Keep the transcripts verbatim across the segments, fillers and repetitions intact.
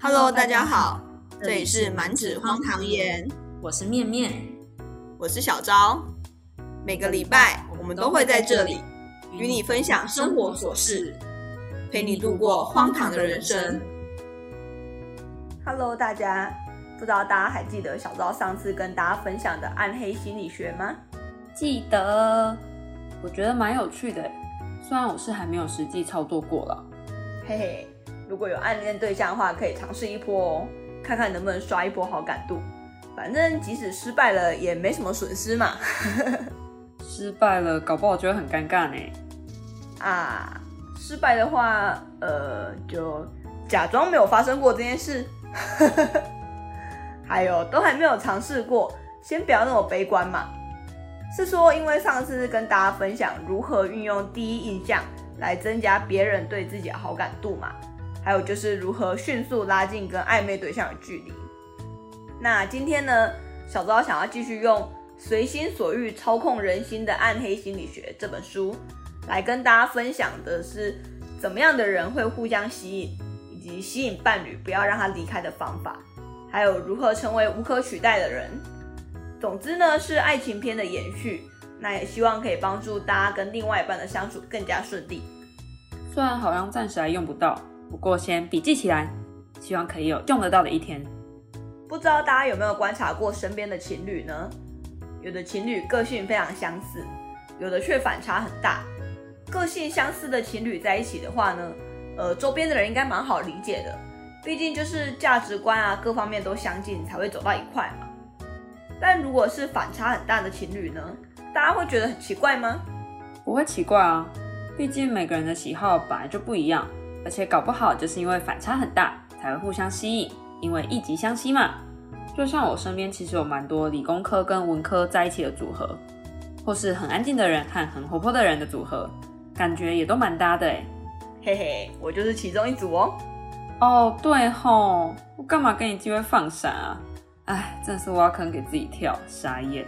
Hello， 大家好，这里是满纸荒唐言， 我是面面， 我是小昭。每个礼拜我们都会在这里与你分享生活琐事，陪你度过荒唐的人生。 Hello， 大家，不知道大家还记得小昭上次跟大家分享的暗黑心理学吗？ 记得，我觉得蛮有趣的，虽然我是还没有实际操作过了。 嘿嘿，如果有暗恋对象的话，可以尝试一波哦，看看能不能刷一波好感度。反正即使失败了，也没什么损失嘛。 失败了，搞不好就会很尴尬呢。 啊，失败的话，呃，就假装没有发生过这件事。还有，都还没有尝试过，先不要那么悲观嘛。是说，因为上次跟大家分享如何运用第一印象来增加别人对自己的好感度嘛，还有就是如何迅速拉近跟暧昧对象的距离。那今天呢，小昭想要继续用《随心所欲操控人心的暗黑心理学》这本书来跟大家分享的是怎么样的人会互相吸引，以及吸引伴侣不要让他离开的方法，还有如何成为无可取代的人。总之呢，是爱情片的延续，那也希望可以帮助大家跟另外一半的相处更加顺利。 虽然好像暂时还用不到，不过先笔记起来，希望可以有用得到的一天。 不知道大家有没有观察过身边的情侣呢？有的情侣个性非常相似，有的却反差很大。个性相似的情侣在一起的话呢，呃，周边的人应该蛮好理解的，毕竟就是价值观啊各方面都相近才会走到一块嘛。但如果是反差很大的情侣呢，大家会觉得很奇怪吗？ 不会奇怪啊，毕竟每个人的喜好本来就不一样，而且搞不好就是因为反差很大才会互相吸引，因为一即相吸嘛。就像我身边其实有蛮多理工科跟文科在一起的组合，或是很安静的人和很活泼的人的组合，感觉也都蛮搭的耶。 嘿嘿，我就是其中一组哦。 哦，对吼，我干嘛给你机会放闪啊？哎，真是挖坑给自己跳，傻眼。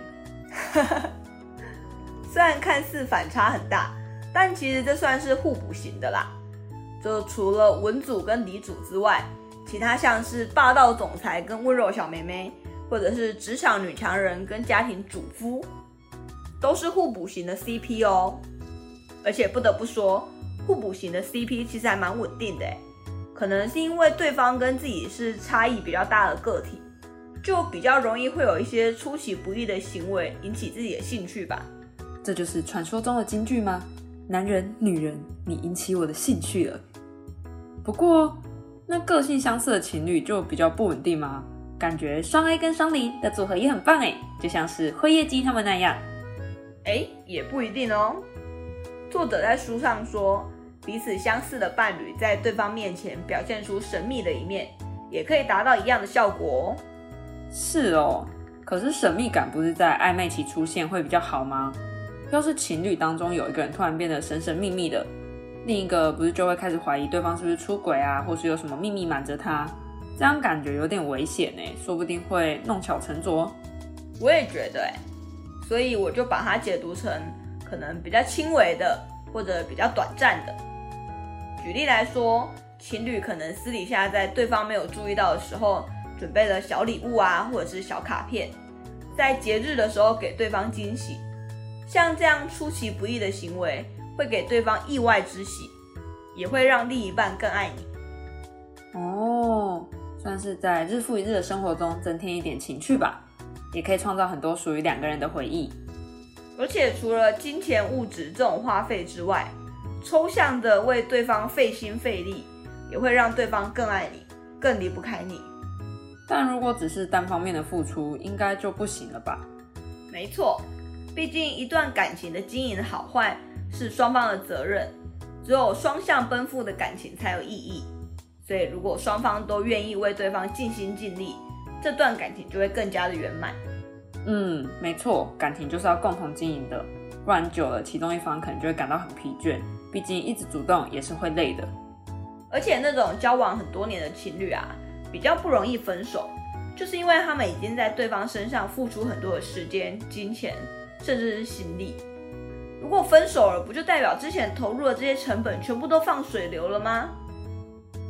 虽然看似反差很大，但其实这算是互补型的啦。就除了文组跟理组之外，其他像是霸道总裁跟温柔小妹妹，或者是职场女强人跟家庭主夫，都是互补型的 C P 哦。而且不得不说，互补型的 C P 其实还蛮稳定的耶，可能是因为对方跟自己是差异比较大的个体，就比较容易会有一些出其不意的行为引起自己的兴趣吧。 这就是传说中的金句吗？男人女人，你引起我的兴趣了。不过那个性相似的情侣就比较不稳定吗？感觉双 A 跟双零的组合也很棒耶，就像是辉夜姬他们那样。 诶，也不一定哦。作者在书上说，彼此相似的伴侣在对方面前表现出神秘的一面，也可以达到一样的效果哦。 是哦，可是神秘感不是在暧昧期出现会比较好吗？要是情侣当中有一个人突然变得神神秘秘的，另一个不是就会开始怀疑对方是不是出轨啊，或是有什么秘密瞒着他，这样感觉有点危险耶，说不定会弄巧成拙。 我也觉得耶，所以我就把它解读成可能比较轻微的，或者比较短暂的。举例来说，情侣可能私底下在对方没有注意到的时候，准备了小礼物啊，或者是小卡片，在节日的时候给对方惊喜。像这样出其不意的行为，会给对方意外之喜，也会让另一半更爱你。 哦，算是在日复一日的生活中增添一点情趣吧，也可以创造很多属于两个人的回忆。 而且除了金钱物质这种花费之外，抽象的为对方费心费力，也会让对方更爱你，更离不开你。 但如果只是单方面的付出，应该就不行了吧？ 没错，毕竟一段感情的经营好坏是双方的责任，只有双向奔赴的感情才有意义。所以如果双方都愿意为对方尽心尽力，这段感情就会更加的圆满。 嗯，没错，感情就是要共同经营的，不然久了其中一方可能就会感到很疲倦，毕竟一直主动也是会累的。 而且那种交往很多年的情侣啊，比较不容易分手，就是因为他们已经在对方身上付出很多的时间、金钱，甚至是心力。如果分手了，不就代表之前投入的这些成本全部都放水流了吗？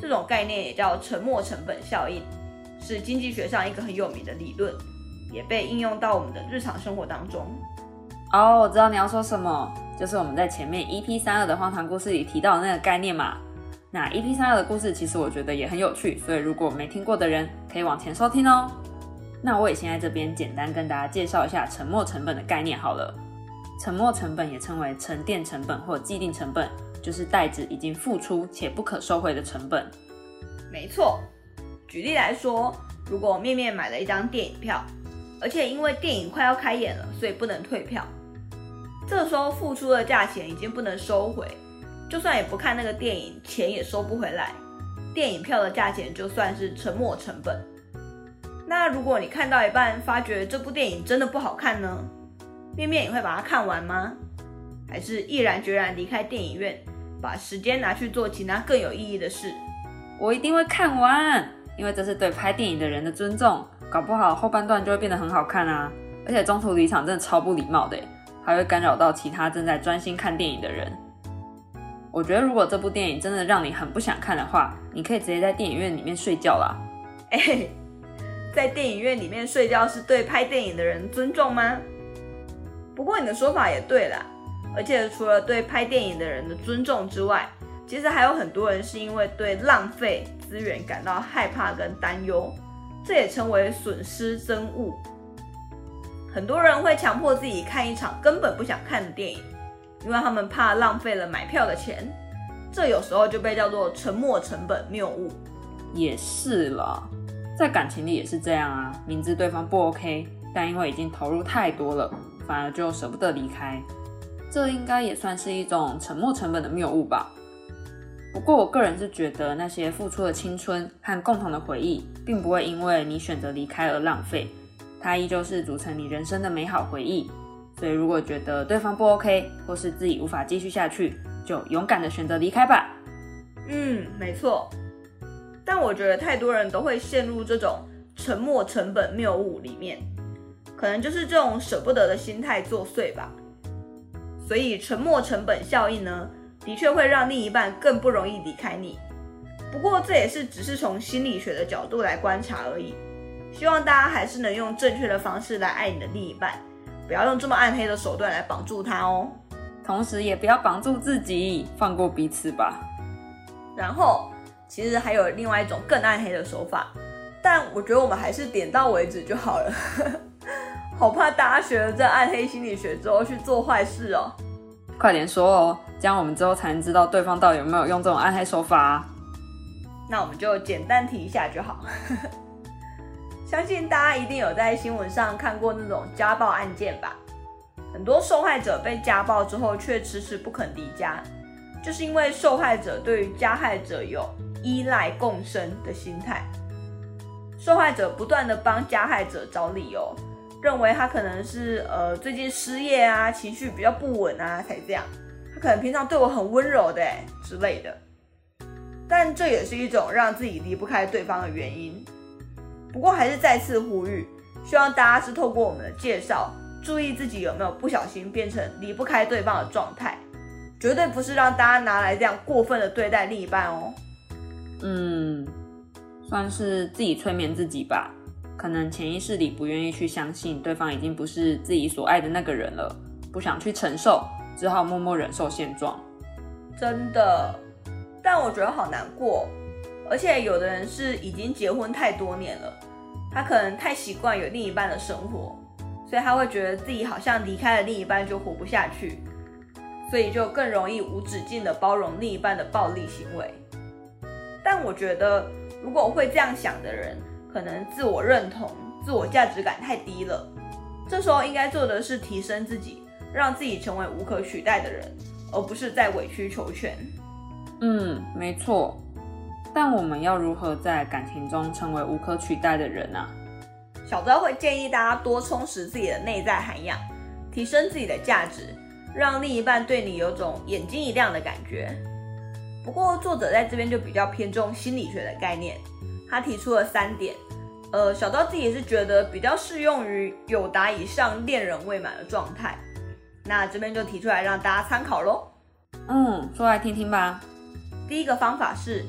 这种概念也叫沉没成本效应，是经济学上一个很有名的理论，也被应用到我们的日常生活当中。 哦，我知道你要说什么，就是我们在前面 E P 三十二 的荒唐故事里提到的那个概念嘛。那 E P 三十二 的故事其实我觉得也很有趣，所以如果没听过的人可以往前收听哦。那我也先在这边简单跟大家介绍一下沉没成本的概念好了。沉没成本也称为沉淀成本或既定成本，就是代指已经付出且不可收回的成本。 没错，举例来说，如果面面买了一张电影票，而且因为电影快要开演了，所以不能退票，这时候付出的价钱已经不能收回，就算也不看那个电影，钱也收不回来，电影票的价钱就算是沉没成本。那如果你看到一半发觉这部电影真的不好看呢？面面你会把它看完吗？还是毅然决然离开电影院，把时间拿去做其他更有意义的事？ 我一定会看完，因为这是对拍电影的人的尊重，搞不好后半段就会变得很好看啊！而且中途离场真的超不礼貌的耶，还会干扰到其他正在专心看电影的人。我觉得如果这部电影真的让你很不想看的话，你可以直接在电影院里面睡觉啦。 欸，在电影院里面睡觉是对拍电影的人尊重吗？不过你的说法也对啦，而且除了对拍电影的人的尊重之外，其实还有很多人是因为对浪费资源感到害怕跟担忧，这也称为损失憎恶。很多人会强迫自己看一场根本不想看的电影，因为他们怕浪费了买票的钱，这有时候就被叫做沉没成本谬误。 也是啦，在感情里也是这样啊，明知对方不 OK， 但因为已经投入太多了，反而就舍不得离开，这应该也算是一种沉没成本的谬误吧。不过我个人是觉得那些付出的青春和共同的回忆并不会因为你选择离开而浪费，它依旧是组成你人生的美好回忆。所以如果觉得对方不 OK， 或是自己无法继续下去，就勇敢的选择离开吧。 嗯，没错。但我觉得太多人都会陷入这种沉没成本谬误里面，可能就是这种舍不得的心态作祟吧。所以沉没成本效应呢，的确会让另一半更不容易离开你。不过这也是只是从心理学的角度来观察而已，希望大家还是能用正确的方式来爱你的另一半，不要用这么暗黑的手段来绑住他哦。 同时也不要绑住自己，放过彼此吧。 然后其实还有另外一种更暗黑的手法，但我觉得我们还是点到为止就好了。好怕大家学了这暗黑心理学之后去做坏事哦。 快点说哦，这样我们之后才能知道对方到底有没有用这种暗黑手法啊。 那我们就简单提一下就好。相信大家一定有在新闻上看过那种家暴案件吧，很多受害者被家暴之后却迟迟不肯离家，就是因为受害者对于加害者有依赖共生的心态。受害者不断的帮加害者找理由，认为他可能是呃最近失业啊，情绪比较不稳啊才这样，他可能平常对我很温柔的耶之类的。但这也是一种让自己离不开对方的原因。不过还是再次呼吁，希望大家是透过我们的介绍，注意自己有没有不小心变成离不开对方的状态，绝对不是让大家拿来这样过分的对待另一半哦。 嗯，算是自己催眠自己吧，可能潜意识里不愿意去相信对方已经不是自己所爱的那个人了，不想去承受，只好默默忍受现状。 真的，但我觉得好难过，而且有的人是已经结婚太多年了，他可能太习惯有另一半的生活，所以他会觉得自己好像离开了另一半就活不下去，所以就更容易无止境的包容另一半的暴力行为。但我觉得如果会这样想的人，可能自我认同、自我价值感太低了，这时候应该做的是提升自己，让自己成为无可取代的人，而不是在委曲求全。 嗯，没错。但我们要如何在感情中成为无可取代的人啊？ 小昭会建议大家多充实自己的内在涵养，提升自己的价值，让另一半对你有种眼睛一亮的感觉。不过作者在这边就比较偏重心理学的概念，他提出了三点，呃，小昭自己是觉得比较适用于有达以上恋人未满的状态，那这边就提出来让大家参考咯。 嗯，说来听听吧。 第一个方法是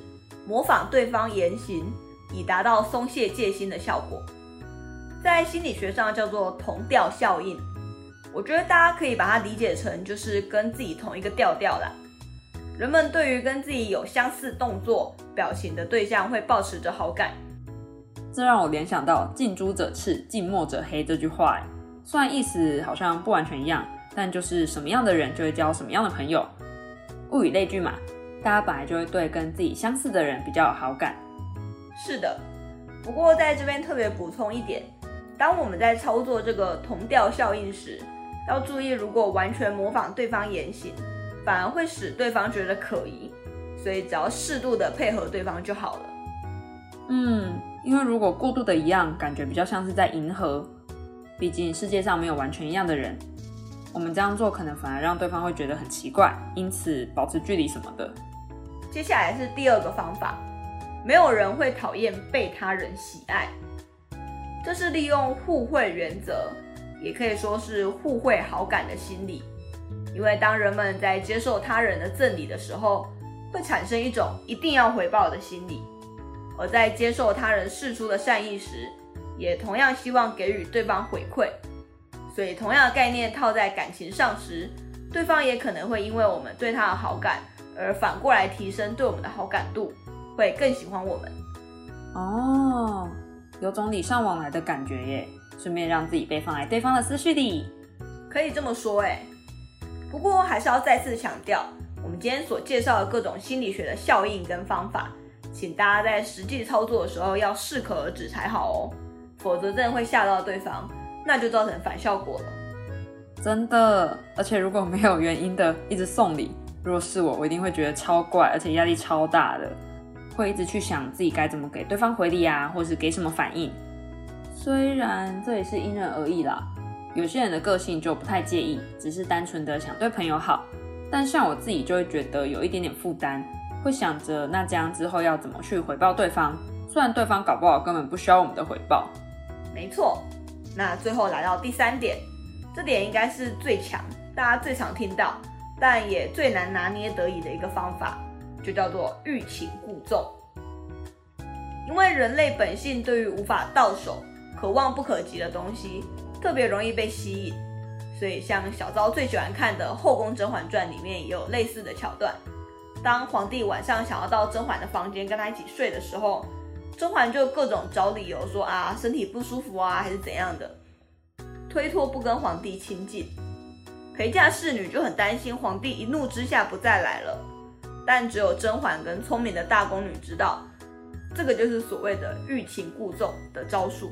模仿对方言行，以达到松懈戒心的效果。在心理学上叫做同调效应，我觉得大家可以把它理解成就是跟自己同一个调调啦。人们对于跟自己有相似动作、表情的对象会抱持着好感。 这让我联想到近朱者赤，近墨者黑这句话，虽然意思好像不完全一样，但就是什么样的人就会交什么样的朋友。物以类聚嘛，大家本来就会对跟自己相似的人比较有好感。 是的，不过在这边特别补充一点，当我们在操作这个同调效应时，要注意，如果完全模仿对方言行，反而会使对方觉得可疑，所以只要适度的配合对方就好了。 嗯，因为如果过度的一样，感觉比较像是在迎合，毕竟世界上没有完全一样的人，我们这样做可能反而让对方会觉得很奇怪，因此保持距离什么的。 接下来是第二个方法，没有人会讨厌被他人喜爱，这是利用互惠原则，也可以说是互惠好感的心理。因为当人们在接受他人的赠礼的时候，会产生一种一定要回报的心理，而在接受他人释出的善意时，也同样希望给予对方回馈。所以同样的概念套在感情上时，对方也可能会因为我们对他的好感而反过来提升对我们的好感度，会更喜欢我们。 哦，有种礼尚往来的感觉耶，顺便让自己被放在对方的思绪里。 可以这么说耶。不过还是要再次强调，我们今天所介绍的各种心理学的效应跟方法，请大家在实际操作的时候要适可而止才好哦，否则真的会吓到对方，那就造成反效果了。 真的，而且如果没有原因的一直送礼，如果是我，我一定会觉得超怪，而且压力超大的，会一直去想自己该怎么给对方回礼啊，或是给什么反应。虽然这也是因人而异啦，有些人的个性就不太介意，只是单纯的想对朋友好，但像我自己就会觉得有一点点负担，会想着那这样之后要怎么去回报对方，虽然对方搞不好根本不需要我们的回报。 没错，那最后来到第三点，这点应该是最强，大家最常听到，但也最难拿捏得宜的一个方法，就叫做欲擒故纵。因为人类本性对于无法到手、可望不可及的东西特别容易被吸引，所以像小昭最喜欢看的《后宫甄嬛传》里面也有类似的桥段。当皇帝晚上想要到甄嬛的房间跟他一起睡的时候，甄嬛就各种找理由说啊身体不舒服啊还是怎样的，推脱不跟皇帝亲近。陪嫁侍女就很担心皇帝一怒之下不再来了，但只有甄嬛跟聪明的大宫女知道，这个就是所谓的欲擒故纵的招数。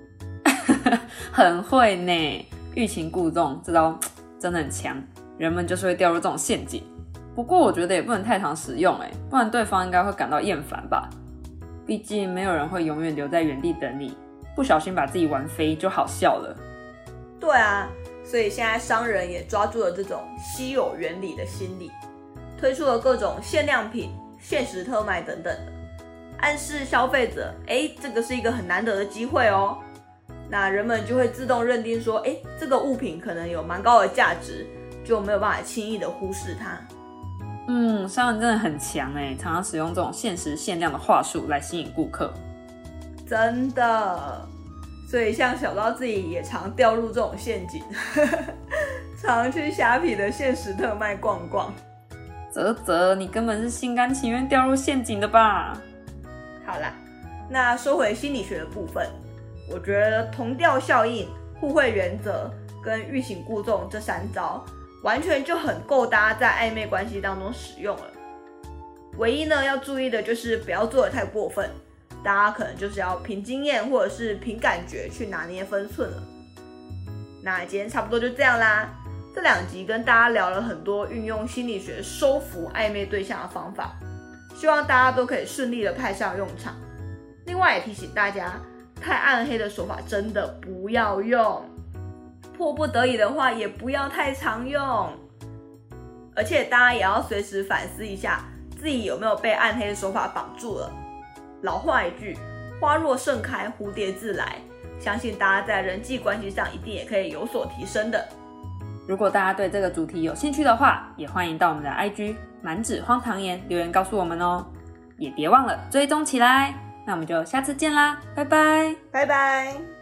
很会呢，欲擒故纵这招真的很强，人们就是会掉入这种陷阱。不过我觉得也不能太常使用耶，不然对方应该会感到厌烦吧。毕竟没有人会永远留在原地等你，不小心把自己玩飞就好笑了。 对啊，所以现在商人也抓住了这种稀有原理的心理，推出了各种限量品、限时特卖等等的，暗示消费者，哎，这个是一个很难得的机会哦。那人们就会自动认定说，哎，这个物品可能有蛮高的价值，就没有办法轻易的忽视它。 嗯，商人真的很强耶，常常使用这种限时限量的话术来吸引顾客。 真的，所以像小昭自己也常掉入这种陷阱，常去虾皮的限时特卖逛逛。 啧啧，你根本是心甘情愿掉入陷阱的吧？ 好啦，那说回心理学的部分，我觉得同调效应、互惠原则跟欲擒故纵这三招完全就很够大家在暧昧关系当中使用了。唯一呢要注意的就是不要做得太过分，大家可能就是要凭经验或者是凭感觉去拿捏分寸了。那今天差不多就这样啦，这两集跟大家聊了很多运用心理学收服暧昧对象的方法，希望大家都可以顺利的派上用场。另外也提醒大家，太暗黑的手法真的不要用，迫不得已的话也不要太常用，而且大家也要随时反思一下自己有没有被暗黑的手法绑住了。老话一句，花若盛开，蝴蝶自来，相信大家在人际关系上一定也可以有所提升的。 如果大家对这个主题有兴趣的话，也欢迎到我们的 I G 满纸荒唐言留言告诉我们哦。 也别忘了追踪起来。那我们就下次见啦，拜拜， 拜拜。